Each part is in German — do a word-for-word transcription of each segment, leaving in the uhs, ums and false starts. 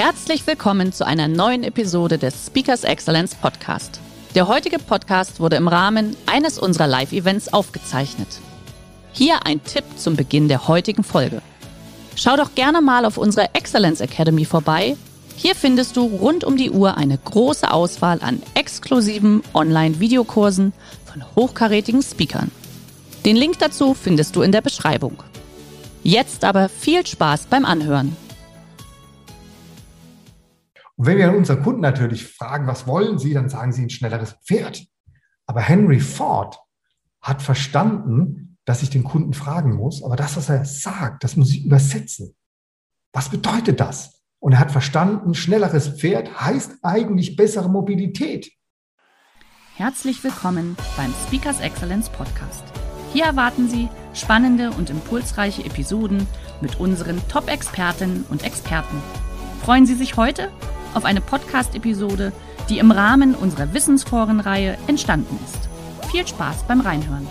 Herzlich willkommen zu einer neuen Episode des Speakers Excellence Podcast. Der heutige Podcast wurde im Rahmen eines unserer Live-Events aufgezeichnet. Hier ein Tipp zum Beginn der heutigen Folge. Schau doch gerne mal auf unserer Excellence Academy vorbei. Hier findest du rund um die Uhr eine große Auswahl an exklusiven Online-Videokursen von hochkarätigen Speakern. Den Link dazu findest du in der Beschreibung. Jetzt aber viel Spaß beim Anhören. Und wenn wir unsere Kunden natürlich fragen, was wollen sie, dann sagen sie ein schnelleres Pferd. Aber Henry Ford hat verstanden, dass ich den Kunden fragen muss, aber das, was er sagt, das muss ich übersetzen. Was bedeutet das? Und er hat verstanden, schnelleres Pferd heißt eigentlich bessere Mobilität. Herzlich willkommen beim Speakers Excellence Podcast. Hier erwarten Sie spannende und impulsreiche Episoden mit unseren Top-Expertinnen und Experten. Freuen Sie sich heute auf eine Podcast-Episode, die im Rahmen unserer Wissensforenreihe entstanden ist. Viel Spaß beim Reinhören.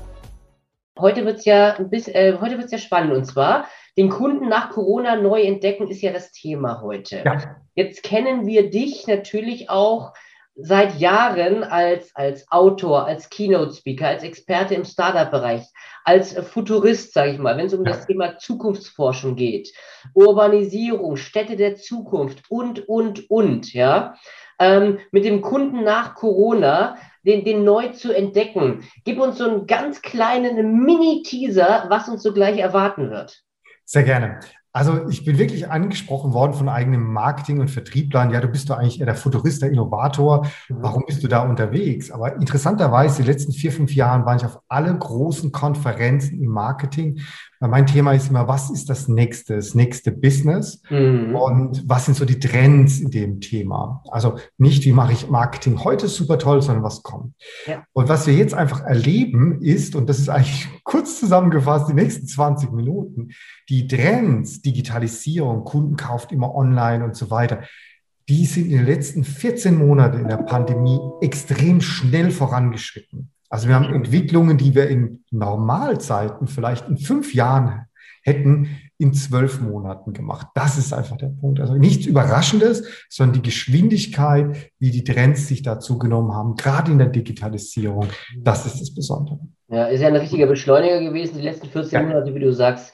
Heute wird es ja, ein bisschen, äh, heute wird's ja spannend, und zwar den Kunden nach Corona neu entdecken ist ja das Thema heute. Ja. Jetzt kennen wir dich natürlich auch seit Jahren als, als Autor, als Keynote-Speaker, als Experte im Startup-Bereich, als Futurist, sage ich mal, wenn es um ja. das Thema Zukunftsforschung geht, Urbanisierung, Städte der Zukunft und, und, und, ja. Ähm, mit dem Kunden nach Corona, den, den neu zu entdecken. Gib uns so einen ganz kleinen Mini-Teaser, was uns so gleich erwarten wird. Sehr gerne. Also ich bin wirklich angesprochen worden von eigenem Marketing- und Vertrieblern. Ja, du bist doch eigentlich eher der Futurist, der Innovator. Warum bist du da unterwegs? Aber interessanterweise, die letzten vier, fünf Jahren war ich auf alle großen Konferenzen im Marketing. Weil mein Thema ist immer, was ist das nächste, das nächste Business? Mhm. Und was sind so die Trends in dem Thema? Also nicht, wie mache ich Marketing heute super toll, sondern was kommt. Ja. Und was wir jetzt einfach erleben ist, und das ist eigentlich kurz zusammengefasst, die nächsten zwanzig Minuten, die Trends, Digitalisierung, Kunden kauft immer online und so weiter, die sind in den letzten vierzehn Monaten in der Pandemie extrem schnell vorangeschritten. Also wir haben Entwicklungen, die wir in Normalzeiten vielleicht in fünf Jahren hätten, in zwölf Monaten gemacht. Das ist einfach der Punkt. Also nichts Überraschendes, sondern die Geschwindigkeit, wie die Trends sich dazu genommen haben, gerade in der Digitalisierung, das ist das Besondere. Ja, ist ja ein richtiger Beschleuniger gewesen, die letzten vierzehn ja. Monate, wie du sagst.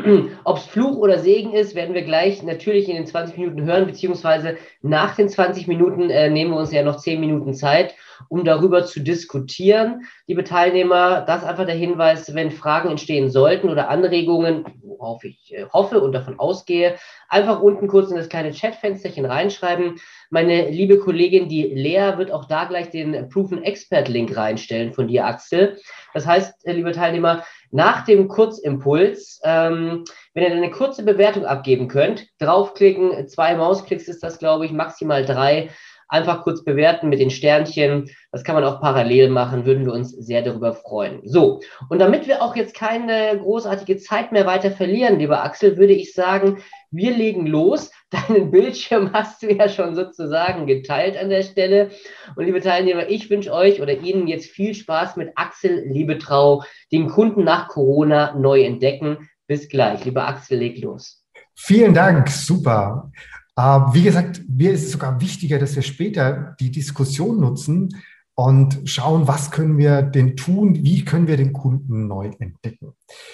Ob es Fluch oder Segen ist, werden wir gleich natürlich in den zwanzig Minuten hören, beziehungsweise nach den zwanzig Minuten äh, nehmen wir uns ja noch zehn Minuten Zeit, um darüber zu diskutieren. Liebe Teilnehmer, das ist einfach der Hinweis, wenn Fragen entstehen sollten oder Anregungen, worauf ich äh, hoffe und davon ausgehe, einfach unten kurz in das kleine Chatfensterchen reinschreiben. Meine liebe Kollegin, die Lea, wird auch da gleich den Proven Expert Link reinstellen von dir, Axel. Das heißt, äh, liebe Teilnehmer, nach dem Kurzimpuls, ähm, wenn ihr eine kurze Bewertung abgeben könnt, draufklicken, zwei Mausklicks ist das, glaube ich, maximal drei, einfach kurz bewerten mit den Sternchen, das kann man auch parallel machen, würden wir uns sehr darüber freuen. So, und damit wir auch jetzt keine großartige Zeit mehr weiter verlieren, lieber Axel, würde ich sagen, wir legen los. Deinen Bildschirm hast du ja schon sozusagen geteilt an der Stelle. Und liebe Teilnehmer, ich wünsche euch oder Ihnen jetzt viel Spaß mit Axel Liebetrau, den Kunden nach Corona neu entdecken. Bis gleich. Lieber Axel, leg los. Vielen Dank, super. Äh, wie gesagt, mir ist es sogar wichtiger, dass wir später die Diskussion nutzen und schauen, was können wir denn tun, wie können wir den Kunden neu entdecken.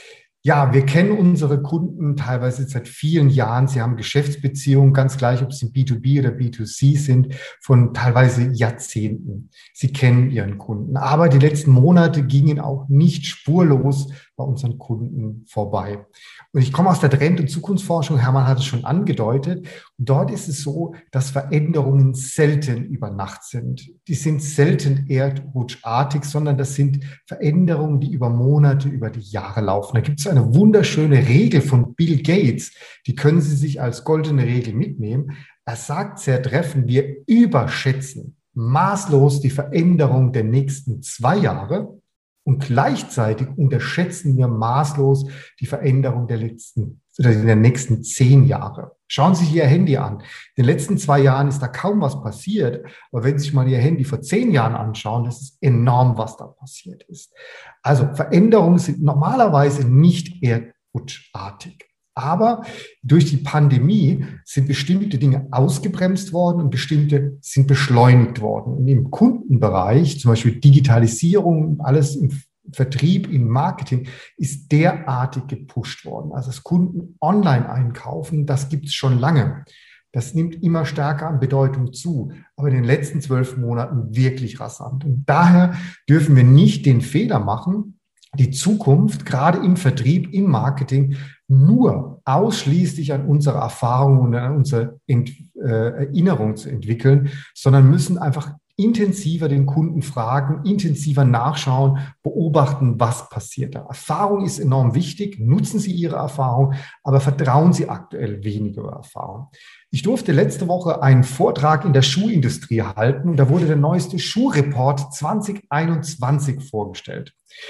Ja, wir kennen unsere Kunden teilweise seit vielen Jahren. Sie haben Geschäftsbeziehungen, ganz gleich, ob sie B zwei B oder B zwei C sind, von teilweise Jahrzehnten. Sie kennen ihren Kunden. Aber die letzten Monate gingen auch nicht spurlos bei unseren Kunden vorbei. Und ich komme aus der Trend- und Zukunftsforschung. Hermann hat es schon angedeutet. Und dort ist es so, dass Veränderungen selten über Nacht sind. Die sind selten erdrutschartig, sondern das sind Veränderungen, die über Monate, über die Jahre laufen. Da gibt es eine wunderschöne Regel von Bill Gates. Die können Sie sich als goldene Regel mitnehmen. Er sagt sehr treffend, wir überschätzen maßlos die Veränderung der nächsten zwei Jahre. Und gleichzeitig unterschätzen wir maßlos die Veränderung der letzten oder der nächsten zehn Jahre. Schauen Sie sich Ihr Handy an. In den letzten zwei Jahren ist da kaum was passiert. Aber wenn Sie sich mal Ihr Handy vor zehn Jahren anschauen, das ist enorm, was da passiert ist. Also Veränderungen sind normalerweise nicht erdrutschartig. Aber durch die Pandemie sind bestimmte Dinge ausgebremst worden und bestimmte sind beschleunigt worden. Und im Kundenbereich, zum Beispiel Digitalisierung, alles im Vertrieb, im Marketing, ist derartig gepusht worden. Also das Kunden online einkaufen, das gibt es schon lange. Das nimmt immer stärker an Bedeutung zu, aber in den letzten zwölf Monaten wirklich rasant. Und daher dürfen wir nicht den Fehler machen, die Zukunft, gerade im Vertrieb, im Marketing, nur ausschließlich an unsere Erfahrungen und an unsere Ent, äh, Erinnerung zu entwickeln, sondern müssen einfach intensiver den Kunden fragen, intensiver nachschauen, beobachten, was passiert da. Erfahrung ist enorm wichtig, nutzen Sie Ihre Erfahrung, aber vertrauen Sie aktuell weniger Erfahrung. Ich durfte letzte Woche einen Vortrag in der Schuhindustrie halten und da wurde der neueste Schuhreport zwanzig einundzwanzig vorgestellt.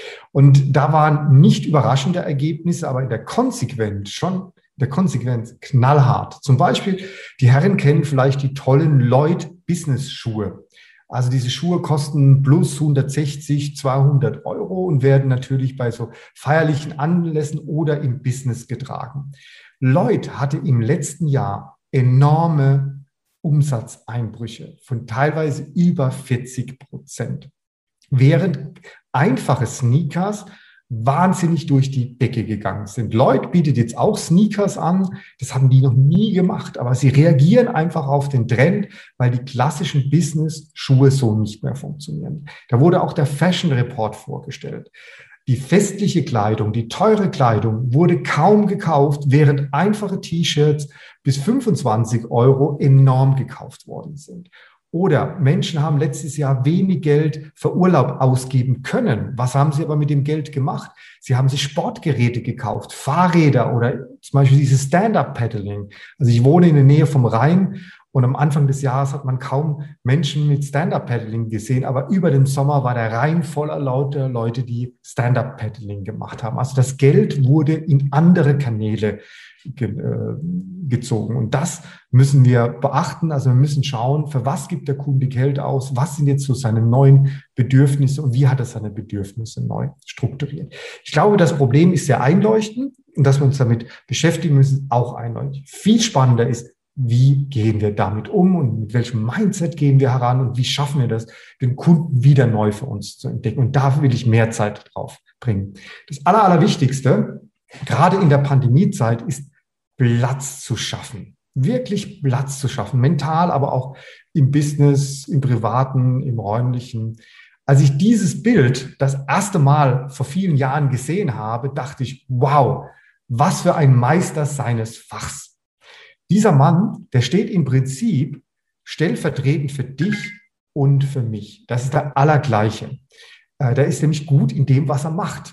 Und da waren nicht überraschende Ergebnisse, aber in der Konsequenz schon der Konsequenz knallhart. Zum Beispiel, die Herren kennen vielleicht die tollen Lloyd Business Schuhe. Also diese Schuhe kosten plus hundertsechzig, zweihundert Euro und werden natürlich bei so feierlichen Anlässen oder im Business getragen. Lloyd hatte im letzten Jahr enorme Umsatzeinbrüche von teilweise über vierzig Prozent, während einfache Sneakers wahnsinnig durch die Decke gegangen sind. Lloyd bietet jetzt auch Sneakers an, das haben die noch nie gemacht, aber sie reagieren einfach auf den Trend, weil die klassischen Business-Schuhe so nicht mehr funktionieren. Da wurde auch der Fashion Report vorgestellt. Die festliche Kleidung, die teure Kleidung wurde kaum gekauft, während einfache T-Shirts bis fünfundzwanzig Euro enorm gekauft worden sind. Oder Menschen haben letztes Jahr wenig Geld für Urlaub ausgeben können. Was haben sie aber mit dem Geld gemacht? Sie haben sich Sportgeräte gekauft, Fahrräder oder zum Beispiel dieses Stand-Up-Paddling. Also ich wohne in der Nähe vom Rhein und am Anfang des Jahres hat man kaum Menschen mit Stand-Up-Paddling gesehen, aber über den Sommer war der Rhein voller lauter Leute, die Stand-Up-Paddling gemacht haben. Also das Geld wurde in andere Kanäle ge äh, gezogen. Und das müssen wir beachten. Also wir müssen schauen, für was gibt der Kunde Geld aus? Was sind jetzt so seine neuen Bedürfnisse und wie hat er seine Bedürfnisse neu strukturiert? Ich glaube, das Problem ist sehr einleuchtend und dass wir uns damit beschäftigen müssen, auch einleuchtend. Viel spannender ist, wie gehen wir damit um und mit welchem Mindset gehen wir heran und wie schaffen wir das, den Kunden wieder neu für uns zu entdecken. Und dafür will ich mehr Zeit drauf bringen. Das Aller, Allerwichtigste, gerade in der Pandemiezeit, ist Platz zu schaffen. Wirklich Platz zu schaffen, mental, aber auch im Business, im Privaten, im Räumlichen. Als ich dieses Bild das erste Mal vor vielen Jahren gesehen habe, dachte ich, wow, was für ein Meister seines Fachs. Dieser Mann, der steht im Prinzip stellvertretend für dich und für mich. Das ist der Allergleiche. Der ist nämlich gut in dem, was er macht.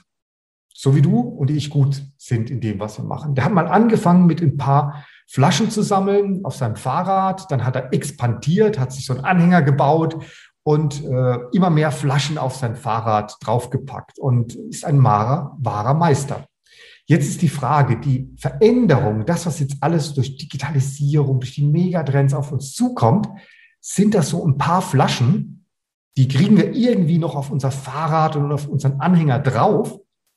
So wie du und ich gut sind in dem, was wir machen. Der hat mal angefangen mit ein paar Flaschen zu sammeln auf seinem Fahrrad. Dann hat er expandiert, hat sich so einen Anhänger gebaut und äh, immer mehr Flaschen auf sein Fahrrad draufgepackt und ist ein wahrer, wahrer Meister. Jetzt ist die Frage, die Veränderung, das, was jetzt alles durch Digitalisierung, durch die Megatrends auf uns zukommt, sind das so ein paar Flaschen, die kriegen wir irgendwie noch auf unser Fahrrad und auf unseren Anhänger drauf?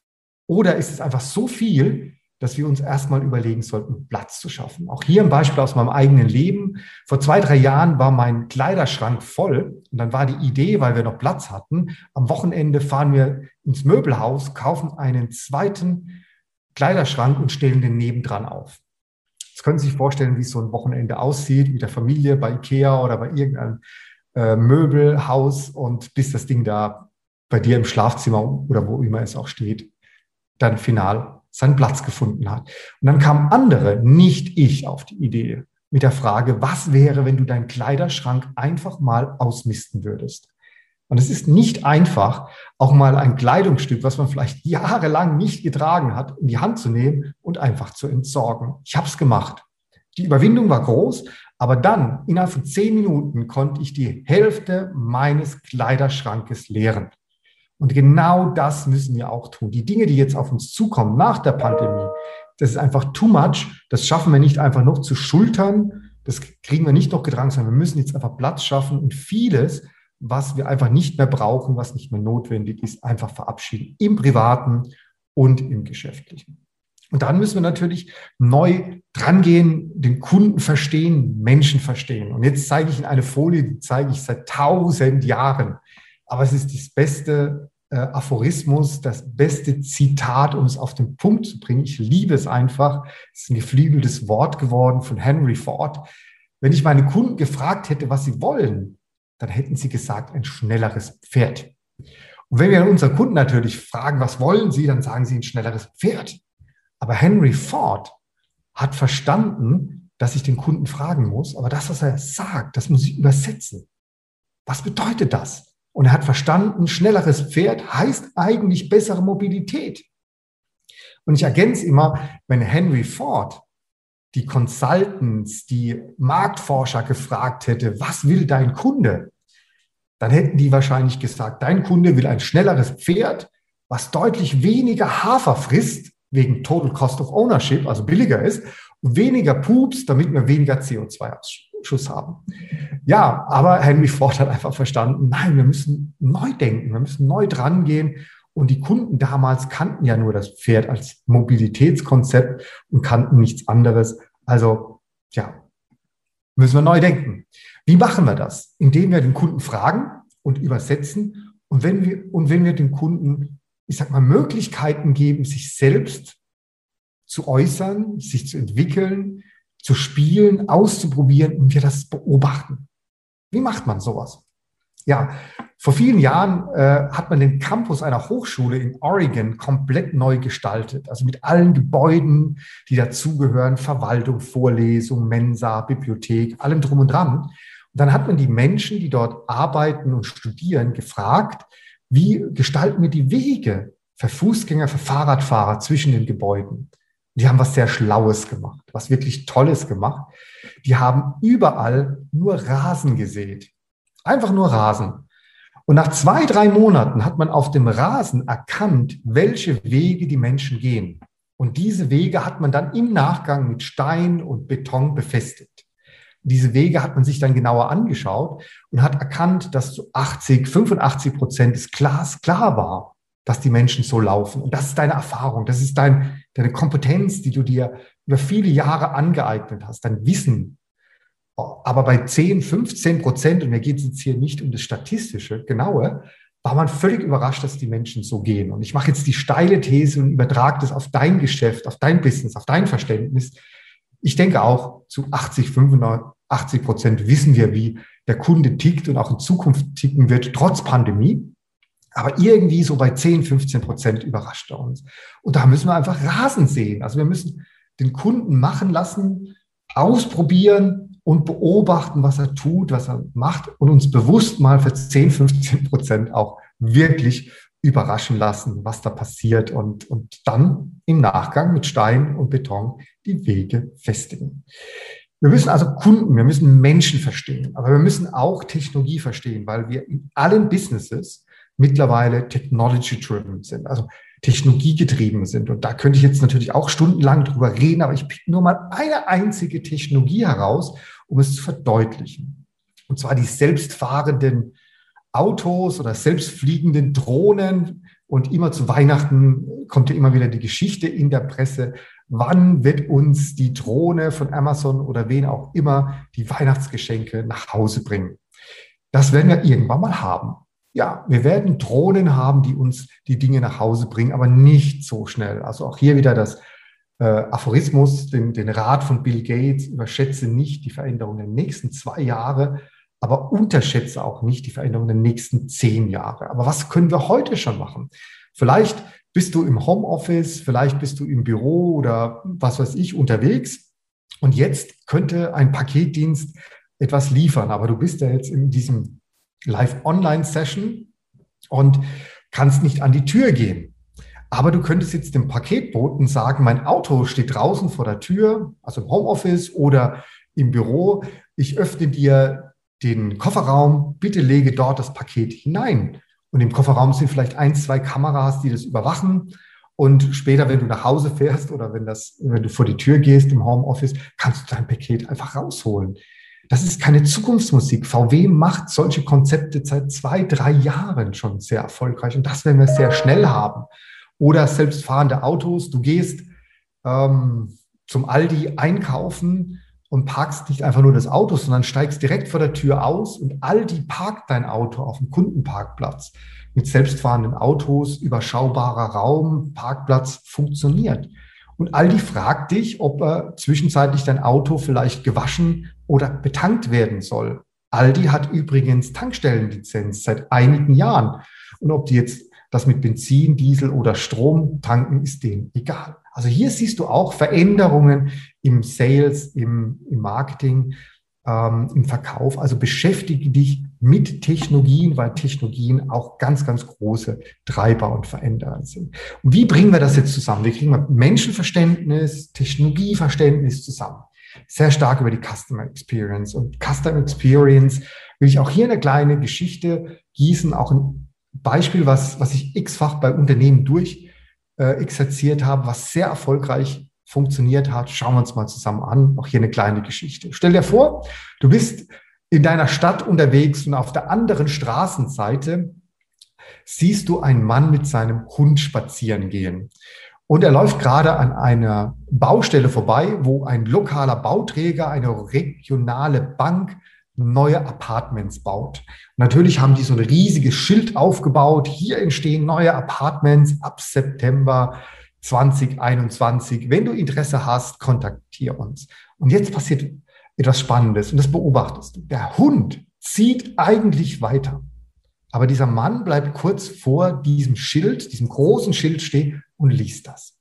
Oder ist es einfach so viel, dass wir uns erstmal überlegen sollten, Platz zu schaffen? Auch hier ein Beispiel aus meinem eigenen Leben. Vor zwei, drei Jahren war mein Kleiderschrank voll und dann war die Idee, weil wir noch Platz hatten, am Wochenende fahren wir ins Möbelhaus, kaufen einen zweiten Kleiderschrank und stellen den nebendran auf. Jetzt können Sie sich vorstellen, wie so ein Wochenende aussieht mit der Familie bei Ikea oder bei irgendeinem äh, Möbelhaus und bis das Ding da bei dir im Schlafzimmer oder wo immer es auch steht, dann final seinen Platz gefunden hat. Und dann kamen andere, nicht ich, auf die Idee mit der Frage, was wäre, wenn du deinen Kleiderschrank einfach mal ausmisten würdest? Und es ist nicht einfach, auch mal ein Kleidungsstück, was man vielleicht jahrelang nicht getragen hat, in die Hand zu nehmen und einfach zu entsorgen. Ich habe es gemacht. Die Überwindung war groß, aber dann, innerhalb von zehn Minuten, konnte ich die Hälfte meines Kleiderschrankes leeren. Und genau das müssen wir auch tun. Die Dinge, die jetzt auf uns zukommen nach der Pandemie, das ist einfach too much. Das schaffen wir nicht einfach noch zu schultern. Das kriegen wir nicht noch getragen, sondern wir müssen jetzt einfach Platz schaffen und vieles, was wir einfach nicht mehr brauchen, was nicht mehr notwendig ist, einfach verabschieden. Im Privaten und im Geschäftlichen. Und dann müssen wir natürlich neu drangehen, den Kunden verstehen, Menschen verstehen. Und jetzt zeige ich Ihnen eine Folie, die zeige ich seit tausend Jahren. Aber es ist das beste äh, Aphorismus, das beste Zitat, um es auf den Punkt zu bringen. Ich liebe es einfach. Es ist ein geflügeltes Wort geworden von Henry Ford. Wenn ich meine Kunden gefragt hätte, was sie wollen, dann hätten sie gesagt, ein schnelleres Pferd. Und wenn wir unsere Kunden natürlich fragen, was wollen sie, dann sagen sie ein schnelleres Pferd. Aber Henry Ford hat verstanden, dass ich den Kunden fragen muss, aber das, was er sagt, das muss ich übersetzen. Was bedeutet das? Und er hat verstanden, schnelleres Pferd heißt eigentlich bessere Mobilität. Und ich ergänze immer, wenn Henry Ford die Consultants, die Marktforscher gefragt hätte, was will dein Kunde? Dann hätten die wahrscheinlich gesagt, dein Kunde will ein schnelleres Pferd, was deutlich weniger Hafer frisst, wegen Total Cost of Ownership, also billiger ist, und weniger Pups, damit wir weniger C O zwei Ausschuss haben. Ja, aber Henry Ford hat einfach verstanden, nein, wir müssen neu denken, wir müssen neu dran gehen. Und die Kunden damals kannten ja nur das Pferd als Mobilitätskonzept und kannten nichts anderes. Also, ja, müssen wir neu denken. Wie machen wir das? Indem wir den Kunden fragen und übersetzen. Und wenn wir, und wenn wir den Kunden, ich sag mal, Möglichkeiten geben, sich selbst zu äußern, sich zu entwickeln, zu spielen, auszuprobieren und wir das beobachten. Wie macht man sowas? Ja, vor vielen Jahren äh, hat man den Campus einer Hochschule in Oregon komplett neu gestaltet. Also mit allen Gebäuden, die dazugehören, Verwaltung, Vorlesung, Mensa, Bibliothek, allem drum und dran. Und dann hat man die Menschen, die dort arbeiten und studieren, gefragt, wie gestalten wir die Wege für Fußgänger, für Fahrradfahrer zwischen den Gebäuden? Die haben was sehr Schlaues gemacht, was wirklich Tolles gemacht. Die haben überall nur Rasen gesät. Einfach nur Rasen. Und nach zwei, drei Monaten hat man auf dem Rasen erkannt, welche Wege die Menschen gehen. Und diese Wege hat man dann im Nachgang mit Stein und Beton befestigt. Diese Wege hat man sich dann genauer angeschaut und hat erkannt, dass zu achtzig, fünfundachtzig Prozent des Glas klar war, dass die Menschen so laufen. Und das ist deine Erfahrung, das ist dein, deine Kompetenz, die du dir über viele Jahre angeeignet hast, dein Wissen. Aber bei zehn, fünfzehn Prozent, und mir geht es jetzt hier nicht um das Statistische, Genaue, war man völlig überrascht, dass die Menschen so gehen. Und ich mache jetzt die steile These und übertrage das auf dein Geschäft, auf dein Business, auf dein Verständnis. Ich denke auch, zu achtzig, fünfundachtzig Prozent wissen wir, wie der Kunde tickt und auch in Zukunft ticken wird, trotz Pandemie. Aber irgendwie so bei zehn, fünfzehn Prozent überrascht er uns. Und da müssen wir einfach Rasen sehen. Also wir müssen den Kunden machen lassen, ausprobieren, und beobachten, was er tut, was er macht und uns bewusst mal für zehn, fünfzehn Prozent auch wirklich überraschen lassen, was da passiert und, und dann im Nachgang mit Stein und Beton die Wege festigen. Wir müssen also Kunden, wir müssen Menschen verstehen, aber wir müssen auch Technologie verstehen, weil wir in allen Businesses mittlerweile technology-driven sind, also technologiegetrieben sind. Und da könnte ich jetzt natürlich auch stundenlang drüber reden, aber ich pick nur mal eine einzige Technologie heraus, um es zu verdeutlichen. Und zwar die selbstfahrenden Autos oder selbstfliegenden Drohnen. Und immer zu Weihnachten kommt ja immer wieder die Geschichte in der Presse. Wann wird uns die Drohne von Amazon oder wen auch immer die Weihnachtsgeschenke nach Hause bringen? Das werden wir irgendwann mal haben. Ja, wir werden Drohnen haben, die uns die Dinge nach Hause bringen, aber nicht so schnell. Also auch hier wieder das äh, Aphorismus, den, den Rat von Bill Gates, überschätze nicht die Veränderung der nächsten zwei Jahre, aber unterschätze auch nicht die Veränderung der nächsten zehn Jahre. Aber was können wir heute schon machen? Vielleicht bist du im Homeoffice, vielleicht bist du im Büro oder was weiß ich unterwegs und jetzt könnte ein Paketdienst etwas liefern, aber du bist ja jetzt in diesem Live-Online-Session und kannst nicht an die Tür gehen. Aber du könntest jetzt dem Paketboten sagen, mein Auto steht draußen vor der Tür, also im Homeoffice oder im Büro. Ich öffne dir den Kofferraum, bitte lege dort das Paket hinein. Und im Kofferraum sind vielleicht ein, zwei Kameras, die das überwachen. Und später, wenn du nach Hause fährst oder wenn, das, wenn du vor die Tür gehst im Homeoffice, kannst du dein Paket einfach rausholen. Das ist keine Zukunftsmusik. V W macht solche Konzepte seit zwei, drei Jahren schon sehr erfolgreich. Und das werden wir sehr schnell haben. Oder selbstfahrende Autos. Du gehst ähm, zum Aldi einkaufen und parkst nicht einfach nur das Auto, sondern steigst direkt vor der Tür aus und Aldi parkt dein Auto auf dem Kundenparkplatz mit selbstfahrenden Autos, überschaubarer Raum, Parkplatz funktioniert. Und Aldi fragt dich, ob er zwischenzeitlich dein Auto vielleicht gewaschen oder betankt werden soll. Aldi hat übrigens Tankstellenlizenz seit einigen Jahren. Und ob die jetzt das mit Benzin, Diesel oder Strom tanken, ist denen egal. Also hier siehst du auch Veränderungen im Sales, im, im Marketing, ähm, im Verkauf. Also beschäftige dich mit Technologien, weil Technologien auch ganz, ganz große Treiber und Veränderer sind. Und wie bringen wir das jetzt zusammen? Wie kriegen wir Menschenverständnis, Technologieverständnis zusammen? Sehr stark über die Customer Experience. Und Customer Experience will ich auch hier eine kleine Geschichte gießen, auch ein Beispiel, was, was ich x-fach bei Unternehmen durch äh, exerziert habe, was sehr erfolgreich funktioniert hat. Schauen wir uns mal zusammen an. Auch hier eine kleine Geschichte. Stell dir vor, du bist in deiner Stadt unterwegs und auf der anderen Straßenseite siehst du einen Mann mit seinem Hund spazieren gehen. Und er läuft gerade an einer Baustelle vorbei, wo ein lokaler Bauträger, eine regionale Bank neue Apartments baut. Und natürlich haben die so ein riesiges Schild aufgebaut. Hier entstehen neue Apartments ab September zwanzig einundzwanzig. Wenn du Interesse hast, kontaktiere uns. Und jetzt passiert etwas Spannendes und das beobachtest du. Der Hund zieht eigentlich weiter. Aber dieser Mann bleibt kurz vor diesem Schild, diesem großen Schild stehen und liest das.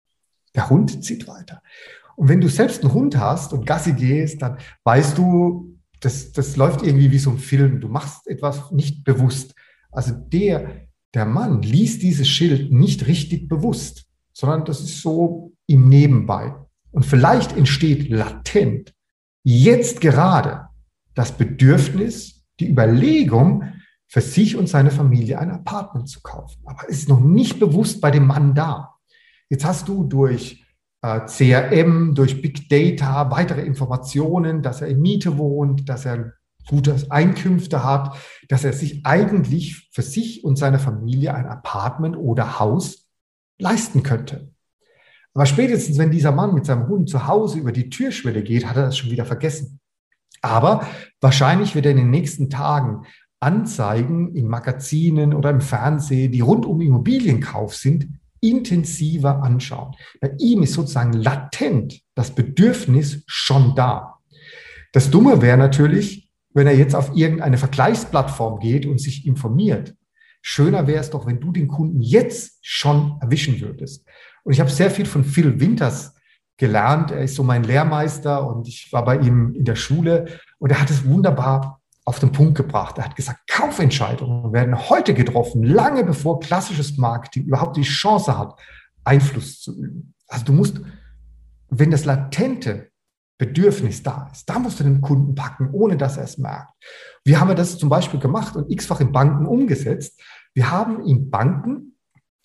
Der Hund zieht weiter. Und wenn du selbst einen Hund hast und Gassi gehst, dann weißt du, das, das läuft irgendwie wie so ein Film. Du machst etwas nicht bewusst. Also der, der Mann liest dieses Schild nicht richtig bewusst, sondern das ist so im Nebenbei. Und vielleicht entsteht latent jetzt gerade das Bedürfnis, die Überlegung, für sich und seine Familie ein Apartment zu kaufen. Aber es ist noch nicht bewusst bei dem Mann da. Jetzt hast du durch äh, C R M, durch Big Data weitere Informationen, dass er in Miete wohnt, dass er gute Einkünfte hat, dass er sich eigentlich für sich und seine Familie ein Apartment oder Haus leisten könnte. Aber spätestens, wenn dieser Mann mit seinem Hund zu Hause über die Türschwelle geht, hat er das schon wieder vergessen. Aber wahrscheinlich wird er in den nächsten Tagen Anzeigen in Magazinen oder im Fernsehen, die rund um Immobilienkauf sind, intensiver anschauen. Bei ihm ist sozusagen latent das Bedürfnis schon da. Das Dumme wäre natürlich, wenn er jetzt auf irgendeine Vergleichsplattform geht und sich informiert. Schöner wäre es doch, wenn du den Kunden jetzt schon erwischen würdest. Und ich habe sehr viel von Phil Winters gelernt. Er ist so mein Lehrmeister und ich war bei ihm in der Schule und er hat es wunderbar auf den Punkt gebracht. Er hat gesagt, Kaufentscheidungen werden heute getroffen, lange bevor klassisches Marketing überhaupt die Chance hat, Einfluss zu üben. Also du musst, wenn das latente Bedürfnis da ist, da musst du den Kunden packen, ohne dass er es merkt. Wie haben wir das zum Beispiel gemacht und x-fach in Banken umgesetzt? Wir haben in Banken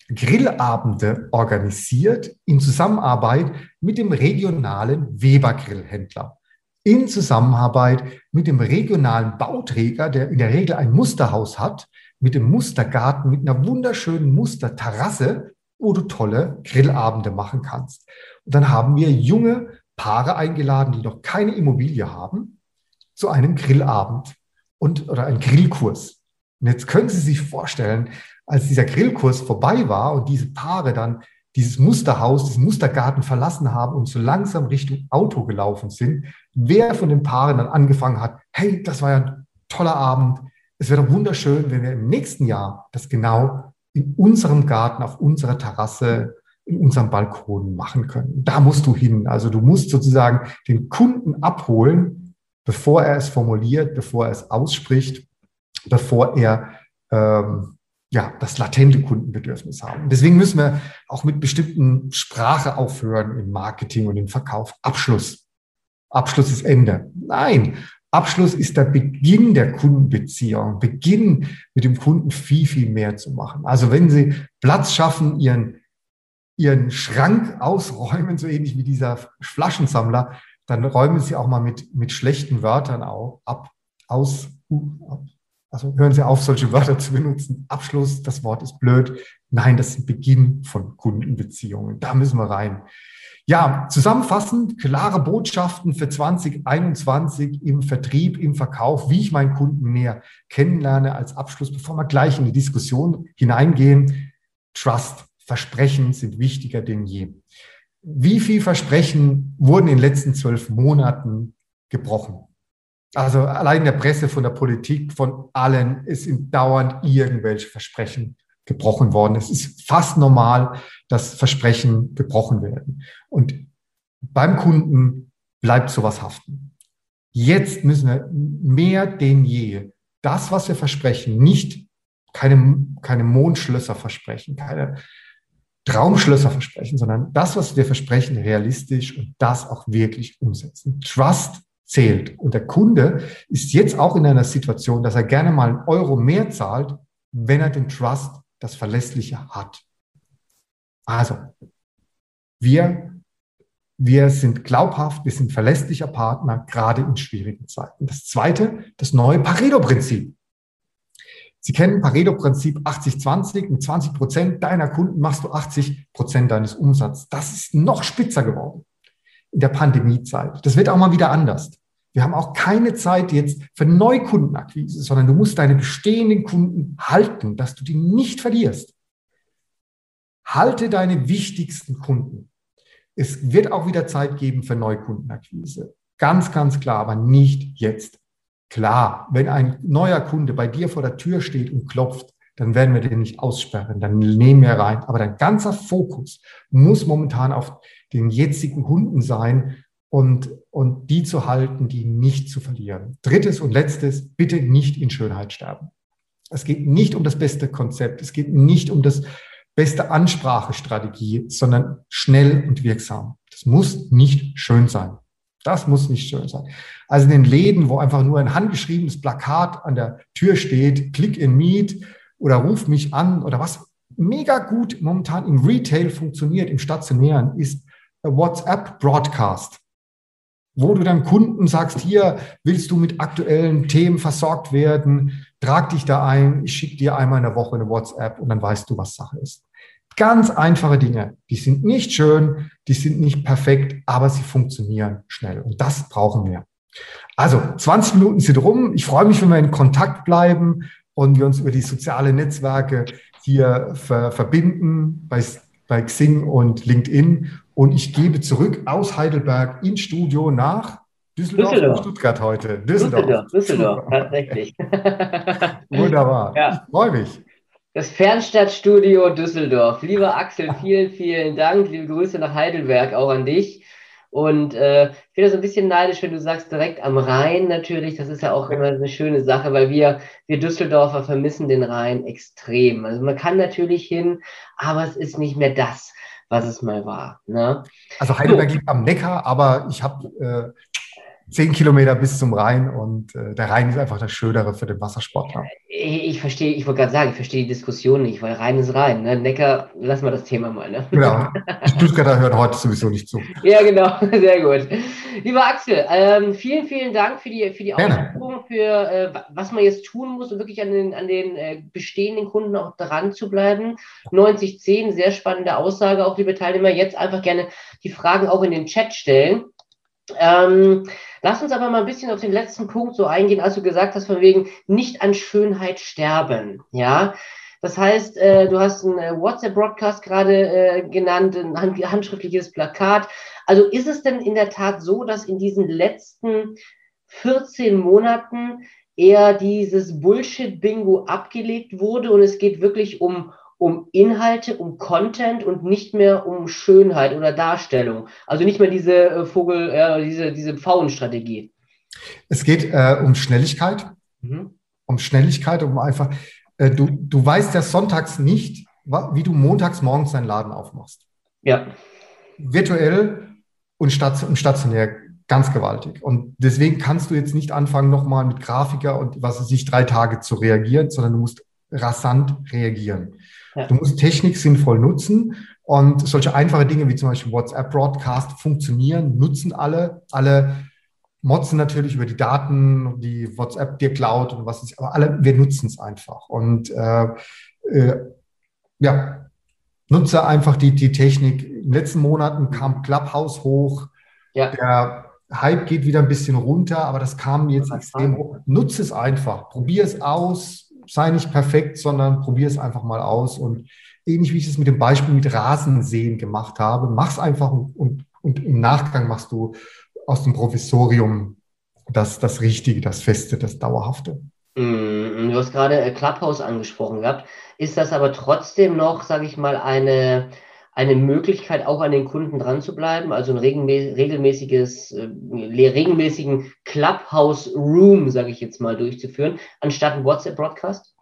Grillabende organisiert in Zusammenarbeit mit dem regionalen Weber-Grillhändler. In Zusammenarbeit mit dem regionalen Bauträger, der in der Regel ein Musterhaus hat, mit dem Mustergarten, mit einer wunderschönen Musterterrasse, wo du tolle Grillabende machen kannst. Und dann haben wir junge Paare eingeladen, die noch keine Immobilie haben, zu einem Grillabend und, oder einen Grillkurs. Und jetzt können Sie sich vorstellen, als dieser Grillkurs vorbei war und diese Paare dann dieses Musterhaus, diesen Mustergarten verlassen haben und so langsam Richtung Auto gelaufen sind, wer von den Paaren dann angefangen hat, hey, das war ja ein toller Abend, es wäre doch wunderschön, wenn wir im nächsten Jahr das genau in unserem Garten, auf unserer Terrasse, in unserem Balkon machen können. Da musst du hin. Also du musst sozusagen den Kunden abholen, bevor er es formuliert, bevor er es ausspricht, bevor er ähm, ja, das latente Kundenbedürfnis haben. Deswegen müssen wir auch mit bestimmten Sprache aufhören im Marketing und im Verkauf. Abschluss. Abschluss ist Ende. Nein, Abschluss ist der Beginn der Kundenbeziehung. Beginn mit dem Kunden viel, viel mehr zu machen. Also wenn Sie Platz schaffen, Ihren, Ihren Schrank ausräumen, so ähnlich wie dieser Flaschensammler, dann räumen Sie auch mal mit, mit schlechten Wörtern auch ab, aus, ab. Also hören Sie auf, solche Wörter zu benutzen. Abschluss, das Wort ist blöd. Nein, das ist der Beginn von Kundenbeziehungen. Da müssen wir rein. Ja, zusammenfassend, klare Botschaften für zwanzig einundzwanzig im Vertrieb, im Verkauf, wie ich meinen Kunden näher kennenlerne als Abschluss, bevor wir gleich in die Diskussion hineingehen. Trust, Versprechen sind wichtiger denn je. Wie viele Versprechen wurden in den letzten zwölf Monaten gebrochen? Also allein in der Presse, von der Politik, von allen, es sind dauernd irgendwelche Versprechen gebrochen worden. Es ist fast normal, dass Versprechen gebrochen werden. Und beim Kunden bleibt sowas haften. Jetzt müssen wir mehr denn je das, was wir versprechen, nicht keine, keine Mondschlösser versprechen, keine Traumschlösser versprechen, sondern das, was wir versprechen, realistisch und das auch wirklich umsetzen. Trust zählt. Und der Kunde ist jetzt auch in einer Situation, dass er gerne mal einen Euro mehr zahlt, wenn er den Trust, das Verlässliche hat. Also, wir, wir sind glaubhaft, wir sind verlässlicher Partner, gerade in schwierigen Zeiten. Das Zweite, das neue Pareto-Prinzip. Sie kennen Pareto-Prinzip achtzig zwanzig. Mit zwanzig Prozent deiner Kunden machst du achtzig Prozent deines Umsatzes. Das ist noch spitzer geworden in der Pandemiezeit. Das wird auch mal wieder anders. Wir haben auch keine Zeit jetzt für Neukundenakquise, sondern du musst deine bestehenden Kunden halten, dass du die nicht verlierst. Halte deine wichtigsten Kunden. Es wird auch wieder Zeit geben für Neukundenakquise. Ganz, ganz klar, aber nicht jetzt. Klar, wenn ein neuer Kunde bei dir vor der Tür steht und klopft, dann werden wir den nicht aussperren, dann nehmen wir rein. Aber dein ganzer Fokus muss momentan auf den jetzigen Kunden sein, Und, und die zu halten, die nicht zu verlieren. Drittes und letztes, bitte nicht in Schönheit sterben. Es geht nicht um das beste Konzept, es geht nicht um das beste Ansprachestrategie, sondern schnell und wirksam. Das muss nicht schön sein. Das muss nicht schön sein. Also in den Läden, wo einfach nur ein handgeschriebenes Plakat an der Tür steht, Click in Meet oder Ruf mich an oder was mega gut momentan im Retail funktioniert, im Stationären, ist WhatsApp-Broadcast, wo du deinem Kunden sagst, hier willst du mit aktuellen Themen versorgt werden, trag dich da ein, ich schicke dir einmal in der Woche eine WhatsApp und dann weißt du, was Sache ist. Ganz einfache Dinge, die sind nicht schön, die sind nicht perfekt, aber sie funktionieren schnell und das brauchen wir. Also zwanzig Minuten sind rum, ich freue mich, wenn wir in Kontakt bleiben und wir uns über die sozialen Netzwerke hier ver- verbinden, bei bei Xing und LinkedIn. Und ich gebe zurück aus Heidelberg ins Studio nach Düsseldorf, Düsseldorf. und Stuttgart heute. Düsseldorf, Düsseldorf, Düsseldorf, tatsächlich. Wunderbar. Ja. Ich freue mich. Das Fernstadtstudio Düsseldorf. Lieber Axel, vielen, vielen Dank. Liebe Grüße nach Heidelberg auch an dich. Und äh, ich bin da so ein bisschen neidisch, wenn du sagst, direkt am Rhein natürlich. Das ist ja auch immer eine schöne Sache, weil wir, wir Düsseldorfer vermissen den Rhein extrem. Also man kann natürlich hin, aber es ist nicht mehr das, was es mal war. Ne? Also Heidelberg liegt am Neckar, aber ich habe äh, zehn Kilometer bis zum Rhein und äh, der Rhein ist einfach das Schönere für den Wassersportler. Ich, ich verstehe, ich wollte gerade sagen, ich verstehe die Diskussion nicht, weil Rhein ist Rhein. Ne? Neckar, lassen wir das Thema mal. Ne? Genau. Die Stuttgarter hören heute sowieso nicht zu. Ja, genau, sehr gut. Lieber Axel, ähm, vielen, vielen Dank für die, für die Ausführung, für äh, was man jetzt tun muss, um wirklich an den, an den äh, bestehenden Kunden auch dran zu bleiben. neunzig zehn, sehr spannende Aussage auch, liebe Teilnehmer. Jetzt einfach gerne die Fragen auch in den Chat stellen. Ähm, lass uns aber mal ein bisschen auf den letzten Punkt so eingehen, als du gesagt hast, von wegen nicht an Schönheit sterben, ja. Das heißt, äh, du hast einen äh, WhatsApp-Broadcast gerade äh, genannt, ein hand handschriftliches Plakat. Also ist es denn in der Tat so, dass in diesen letzten vierzehn Monaten eher dieses Bullshit-Bingo abgelegt wurde und es geht wirklich um um Inhalte, um Content und nicht mehr um Schönheit oder Darstellung. Also nicht mehr diese äh, Vogel, äh, diese, diese Pfauenstrategie. Es geht äh, um Schnelligkeit, mhm. um Schnelligkeit, um einfach, äh, du, du weißt ja sonntags nicht, wie du montags morgens deinen Laden aufmachst. Ja. Virtuell und stationär ganz gewaltig. Und deswegen kannst du jetzt nicht anfangen, nochmal mit Grafiker und was weiß ich, drei Tage zu reagieren, sondern du musst rasant reagieren. Ja. Du musst Technik sinnvoll nutzen und solche einfache Dinge wie zum Beispiel WhatsApp-Broadcast funktionieren, nutzen alle. Alle motzen natürlich über die Daten, die WhatsApp dir klaut und was ist, aber alle, wir nutzen es einfach. Und äh, äh, ja, nutze einfach die, die Technik. In den letzten Monaten kam Clubhouse hoch. Ja. Der Hype geht wieder ein bisschen runter, aber das kam jetzt extrem hoch. Nutze es einfach. Probier es aus. Sei nicht perfekt, sondern probier es einfach mal aus. Und ähnlich wie ich es mit dem Beispiel mit Rasensäen gemacht habe, mach es einfach und, und, und im Nachgang machst du aus dem Provisorium das, das Richtige, das Feste, das Dauerhafte. Mm, Du hast gerade Clubhouse angesprochen gehabt. Ist das aber trotzdem noch, sage ich mal, eine, eine Möglichkeit, auch an den Kunden dran zu bleiben? Also ein regelmä regelmäßiges, äh, regelmäßigen Clubhouse-Room, sage ich jetzt mal, durchzuführen, anstatt ein WhatsApp-Broadcast?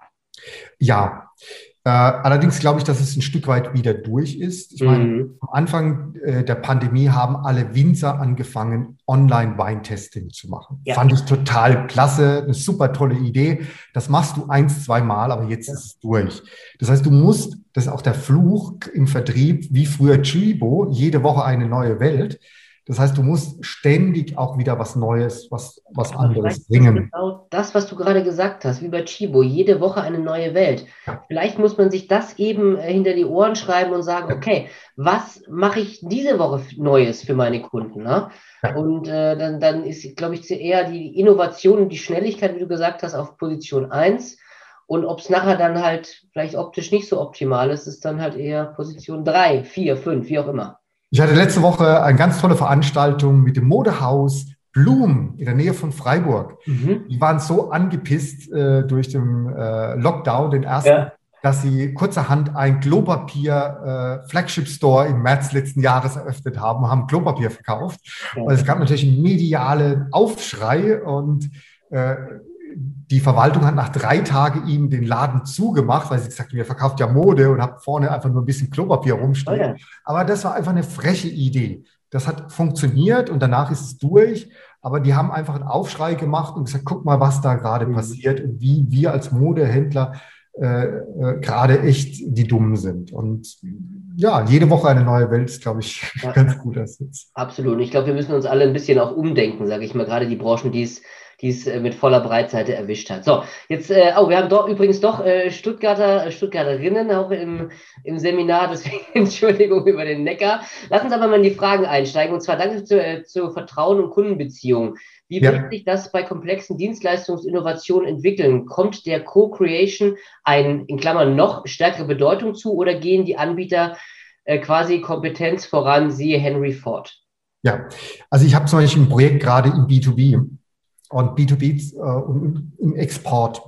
Ja, äh, allerdings glaube ich, dass es ein Stück weit wieder durch ist. Ich meine, Mhm. am Anfang äh, der Pandemie haben alle Winzer angefangen, Online-Weintesting zu machen. Ja. Fand ich total klasse, eine super tolle Idee. Das machst du eins, zwei Mal, aber jetzt Ja. ist es durch. Das heißt, du musst, das ist auch der Fluch im Vertrieb, wie früher Chibo, jede Woche eine neue Welt. Das heißt, du musst ständig auch wieder was Neues, was, was Aber anderes vielleicht ist bringen. genau das, was du gerade gesagt hast, wie bei Chibo, jede Woche eine neue Welt. Ja. Vielleicht muss man sich das eben äh, hinter die Ohren schreiben und sagen, Ja. okay, was mache ich diese Woche Neues für meine Kunden? Ne? Ja. Und äh, dann, dann ist, glaube ich, eher die Innovation und die Schnelligkeit, wie du gesagt hast, auf Position eins. Und ob es nachher dann halt vielleicht optisch nicht so optimal ist, ist dann halt eher Position drei, vier, fünf, wie auch immer. Ich hatte letzte Woche eine ganz tolle Veranstaltung mit dem Modehaus Blum in der Nähe von Freiburg. Mhm. Die waren so angepisst äh, durch den äh, Lockdown, den ersten, Ja. dass sie kurzerhand ein Klopapier äh, Flagship Store im März letzten Jahres eröffnet haben, haben Klopapier verkauft. Ja. Und es gab natürlich einen medialen Aufschrei und äh, die Verwaltung hat nach drei Tagen ihnen den Laden zugemacht, weil sie gesagt haben, ihr verkauft ja Mode und habt vorne einfach nur ein bisschen Klopapier rumstehen. Oh ja. Aber das war einfach eine freche Idee. Das hat funktioniert und danach ist es durch. Aber die haben einfach einen Aufschrei gemacht und gesagt, guck mal, was da gerade Mhm. passiert und wie wir als Modehändler äh, äh, gerade echt die Dummen sind. Und ja, jede Woche eine neue Welt ist, glaube ich, Ja. ganz gut Ersatz. Absolut. Und ich glaube, wir müssen uns alle ein bisschen auch umdenken, sage ich mal, gerade die Branchen, die es die es äh, mit voller Breitseite erwischt hat. So, jetzt, äh, oh, wir haben doch übrigens doch äh, Stuttgarter, äh, Stuttgarterinnen auch im, im Seminar, deswegen Entschuldigung über den Neckar. Lass uns aber mal in die Fragen einsteigen, und zwar danke zu, äh, zu Vertrauen und Kundenbeziehungen. Wie Ja. wird sich das bei komplexen Dienstleistungsinnovationen entwickeln? Kommt der Co-Creation ein, in Klammern, noch stärkere Bedeutung zu, oder gehen die Anbieter äh, quasi Kompetenz voran, siehe Henry Ford? Ja, also ich habe zum Beispiel ein Projekt gerade im B zwei B und B zwei B äh, und im Export.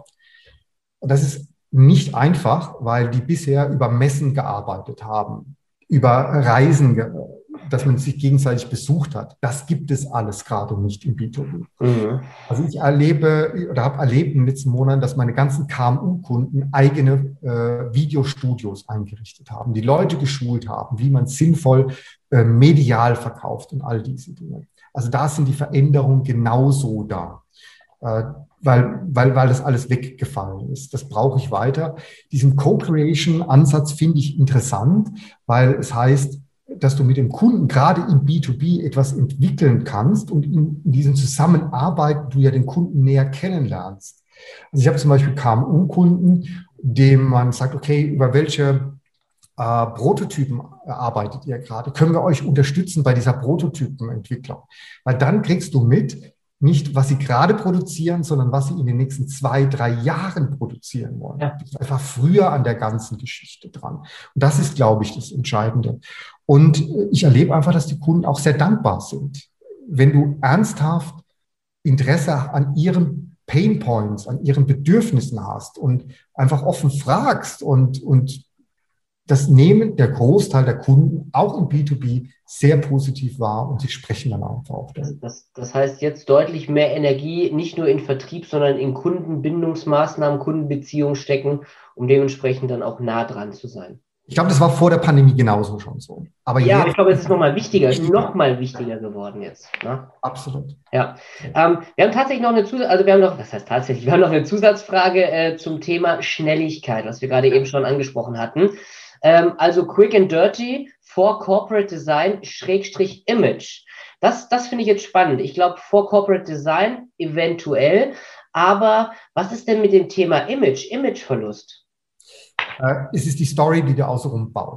Und das ist nicht einfach, weil die bisher über Messen gearbeitet haben, über Reisen, ge- dass man sich gegenseitig besucht hat. Das gibt es alles gerade nicht im B zwei B. Mhm. Also ich erlebe oder habe erlebt in den letzten Monaten, dass meine ganzen K M U-Kunden eigene äh, Videostudios eingerichtet haben, die Leute geschult haben, wie man sinnvoll äh, medial verkauft und all diese Dinge. Also da sind die Veränderungen genauso da, äh, weil, weil, weil das alles weggefallen ist. Das brauche ich weiter. Diesen Co-Creation-Ansatz finde ich interessant, weil es heißt, dass du mit dem Kunden gerade im B zwei B etwas entwickeln kannst und in, in diesem Zusammenarbeit du ja den Kunden näher kennenlernst. Also ich habe zum Beispiel K M U-Kunden, dem man sagt, okay, über welche äh, Prototypen arbeitet ihr gerade? Können wir euch unterstützen bei dieser Prototypenentwicklung? Weil dann kriegst du mit, nicht, was sie gerade produzieren, sondern was sie in den nächsten zwei, drei Jahren produzieren wollen. Ja. Du bist einfach früher an der ganzen Geschichte dran. Und das ist, glaube ich, das Entscheidende. Und ich erlebe einfach, dass die Kunden auch sehr dankbar sind. Wenn du ernsthaft Interesse an ihren Pain Points, an ihren Bedürfnissen hast und einfach offen fragst und, und das nehmen der Großteil der Kunden auch im B zwei B sehr positiv wahr und sie sprechen dann einfach auch darüber. Das, das heißt jetzt deutlich mehr Energie, nicht nur in Vertrieb, sondern in Kundenbindungsmaßnahmen, Kundenbeziehungen stecken, um dementsprechend dann auch nah dran zu sein. Ich glaube, das war vor der Pandemie genauso schon so. Aber Ja, jetzt, ich glaube, es ist nochmal wichtiger, nochmal wichtiger geworden jetzt. Ne? absolut. Ja, ähm, wir haben tatsächlich noch eine Zusatz, also wir haben noch, was heißt tatsächlich, wir haben noch eine Zusatzfrage äh, zum Thema Schnelligkeit, was wir gerade eben schon angesprochen hatten. Ähm, also Quick and Dirty for Corporate Design Schrägstrich Image. Das, das finde ich jetzt spannend. Ich glaube, for Corporate Design eventuell, aber was ist denn mit dem Thema Image, Imageverlust? Äh, es ist die Story, die du außenrum baust.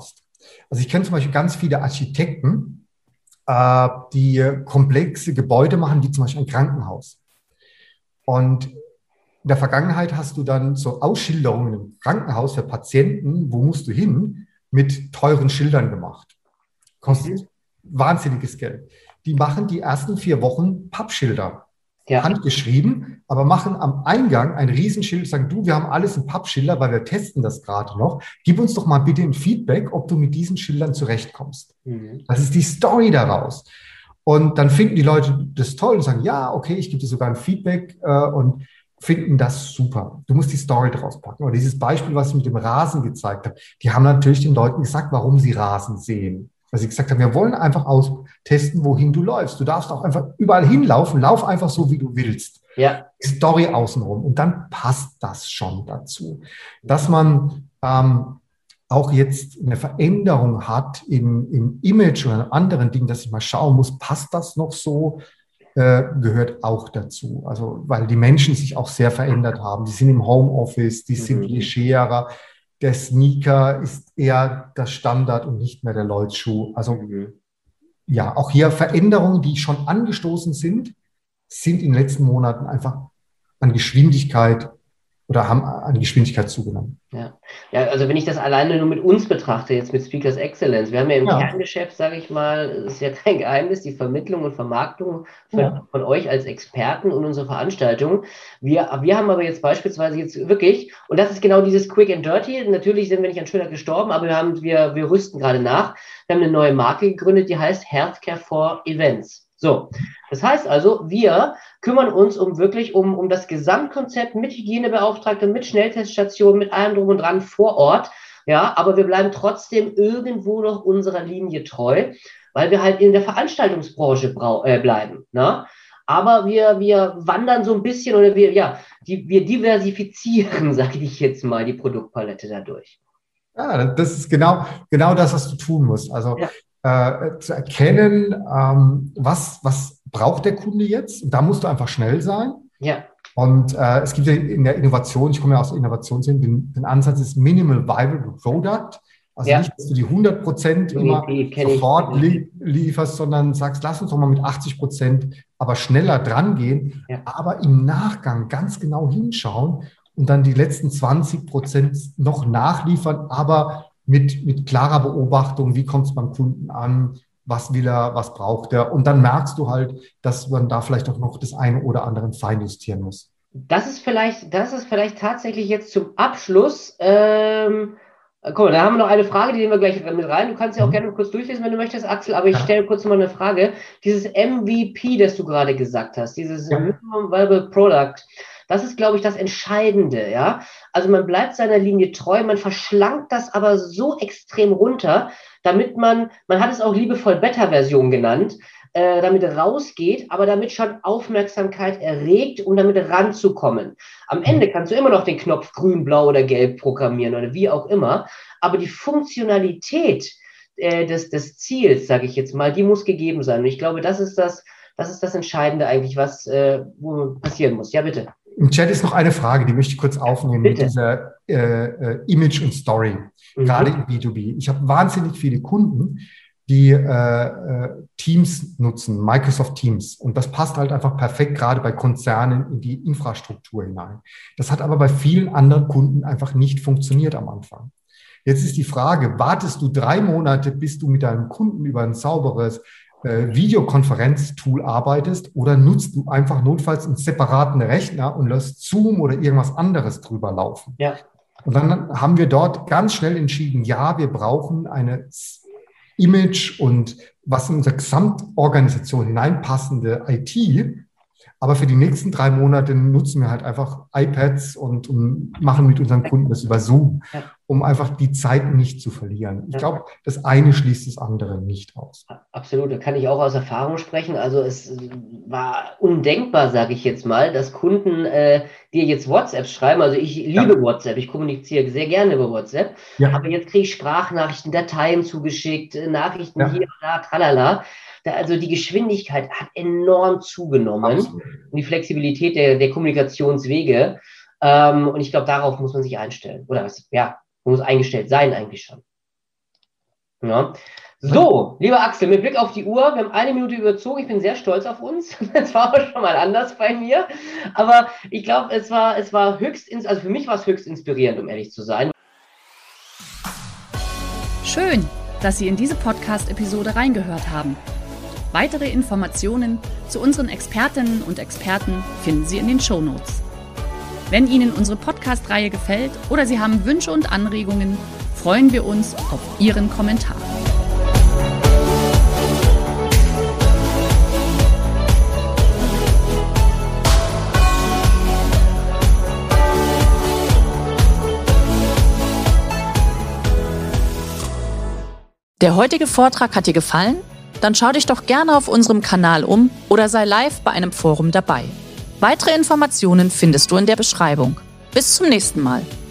Also ich kenne zum Beispiel ganz viele Architekten, äh, die komplexe Gebäude machen, wie zum Beispiel ein Krankenhaus. Und in der Vergangenheit hast du dann so Ausschilderungen im Krankenhaus für Patienten, wo musst du hin, mit teuren Schildern gemacht. Kostet mhm. wahnsinniges Geld. Die machen die ersten vier Wochen Pappschilder, ja. handgeschrieben, aber machen am Eingang ein Riesenschild, sagen, du, wir haben alles in Pappschilder, weil wir testen das gerade noch. Gib uns doch mal bitte ein Feedback, ob du mit diesen Schildern zurechtkommst. Mhm. Das ist die Story daraus. Und dann finden die Leute das toll und sagen, ja, okay, ich gebe dir sogar ein Feedback äh, und finden das super. Du musst die Story draus packen. Oder dieses Beispiel, was ich mit dem Rasen gezeigt habe, die haben natürlich den Leuten gesagt, warum sie Rasen sehen. Weil sie gesagt haben, wir wollen einfach austesten, wohin du läufst. Du darfst auch einfach überall hinlaufen, lauf einfach so, wie du willst. Ja. Story außenrum. Und dann passt das schon dazu. Dass man ähm, auch jetzt eine Veränderung hat im, im Image oder in anderen Dingen, dass ich mal schauen muss, passt das noch so? Gehört auch dazu. Also, weil die Menschen sich auch sehr verändert haben. Die sind im Homeoffice, die sind mhm. legerer. Der Sneaker ist eher das Standard und nicht mehr der Lloyd-Schuh. Also, mhm. ja, auch hier Veränderungen, die schon angestoßen sind, sind in den letzten Monaten einfach an Geschwindigkeit oder haben an Geschwindigkeit zugenommen. Ja. Ja, also wenn ich das alleine nur mit uns betrachte, jetzt mit Speakers Excellence, wir haben ja im ja. Kerngeschäft, sage ich mal, ist ja kein Geheimnis, die Vermittlung und Vermarktung von, ja. von euch als Experten und unsere Veranstaltungen. Wir, wir haben aber jetzt beispielsweise jetzt wirklich, und das ist genau dieses Quick and Dirty, natürlich sind wir nicht an Schönheit gestorben, aber wir, haben, wir, wir rüsten gerade nach. Wir haben eine neue Marke gegründet, die heißt Healthcare for Events. So, das heißt also, wir kümmern uns um wirklich um, um das Gesamtkonzept mit Hygienebeauftragten, mit Schnellteststationen, mit allem drum und dran vor Ort. Ja, aber wir bleiben trotzdem irgendwo noch unserer Linie treu, weil wir halt in der Veranstaltungsbranche brau- äh, bleiben. Ne? Aber wir, wir wandern so ein bisschen oder wir, ja, die, wir diversifizieren, sage ich jetzt mal, die Produktpalette dadurch. Ja, das ist genau, genau das, was du tun musst. Also ja. Äh, zu erkennen, ähm, was, was braucht der Kunde jetzt? Und da musst du einfach schnell sein. Ja. Und äh, es gibt ja in der Innovation, ich komme ja aus der Innovation, den, den Ansatz ist Minimal Viable Product. Also ja. nicht, dass du die hundert Prozent immer sofort li- lieferst, sondern sagst, lass uns doch mal mit achtzig Prozent aber schneller dran gehen, ja. aber im Nachgang ganz genau hinschauen und dann die letzten zwanzig Prozent noch nachliefern, aber mit, mit klarer Beobachtung, wie kommt es beim Kunden an, was will er, was braucht er. Und dann merkst du halt, dass man da vielleicht auch noch das eine oder andere feinjustieren muss. Das ist vielleicht, das ist vielleicht tatsächlich jetzt zum Abschluss. Ähm, guck mal, da haben wir noch eine Frage, die nehmen wir gleich mit rein. Du kannst ja auch mhm. gerne kurz durchlesen, wenn du möchtest, Axel, aber ich ja. stelle kurz mal eine Frage. Dieses M V P, das du gerade gesagt hast, dieses ja. Minimum Viable Product, das ist, glaube ich, das Entscheidende, ja. Also man bleibt seiner Linie treu, man verschlankt das aber so extrem runter, damit man, man hat es auch liebevoll Beta-Version genannt, äh, damit rausgeht, aber damit schon Aufmerksamkeit erregt, um damit ranzukommen. Am Ende kannst du immer noch den Knopf grün, blau oder gelb programmieren oder wie auch immer, aber die Funktionalität äh, des, des Ziels, sage ich jetzt mal, die muss gegeben sein. Und ich glaube, das ist das, das ist das Entscheidende eigentlich, was äh, wo passieren muss. Ja, bitte. Im Chat ist noch eine Frage, die möchte ich kurz aufnehmen Bitte. mit dieser äh, äh, Image und Story, mhm. gerade im B zwei B. Ich habe wahnsinnig viele Kunden, die äh, äh, Teams nutzen, Microsoft Teams. Und das passt halt einfach perfekt gerade bei Konzernen in die Infrastruktur hinein. Das hat aber bei vielen anderen Kunden einfach nicht funktioniert am Anfang. Jetzt ist die Frage, wartest du drei Monate, bis du mit deinem Kunden über ein sauberes Videokonferenztool arbeitest oder nutzt du einfach notfalls einen separaten Rechner und lässt Zoom oder irgendwas anderes drüber laufen. Ja. Und dann haben wir dort ganz schnell entschieden, ja, wir brauchen eine Image und was in unsere Gesamtorganisation hineinpassende I T. Aber für die nächsten drei Monate nutzen wir halt einfach iPads und, und machen mit unseren Kunden das über Zoom, ja. um einfach die Zeit nicht zu verlieren. Ich ja. glaube, das eine schließt das andere nicht aus. Absolut, da kann ich auch aus Erfahrung sprechen. Also es war undenkbar, sage ich jetzt mal, dass Kunden äh, dir jetzt WhatsApp schreiben. Also ich liebe ja. WhatsApp, ich kommuniziere sehr gerne über WhatsApp. Ja. Aber jetzt kriege ich Sprachnachrichten, Dateien zugeschickt, Nachrichten ja. hier und da, tralala. Also die Geschwindigkeit hat enorm zugenommen. Absolut. Und die Flexibilität der, der Kommunikationswege. Ähm, und ich glaube, darauf muss man sich einstellen. Oder was, ja, man muss eingestellt sein eigentlich schon. Ja. So, lieber Axel, mit Blick auf die Uhr, wir haben eine Minute überzogen, ich bin sehr stolz auf uns. Das war aber schon mal anders bei mir. Aber ich glaube, es war, es war höchst, also für mich war es höchst inspirierend, um ehrlich zu sein. Schön, dass Sie in diese Podcast-Episode reingehört haben. Weitere Informationen zu unseren Expertinnen und Experten finden Sie in den Shownotes. Wenn Ihnen unsere Podcast-Reihe gefällt oder Sie haben Wünsche und Anregungen, freuen wir uns auf Ihren Kommentar. Der heutige Vortrag hat dir gefallen? Dann schau dich doch gerne auf unserem Kanal um oder sei live bei einem Forum dabei. Weitere Informationen findest du in der Beschreibung. Bis zum nächsten Mal.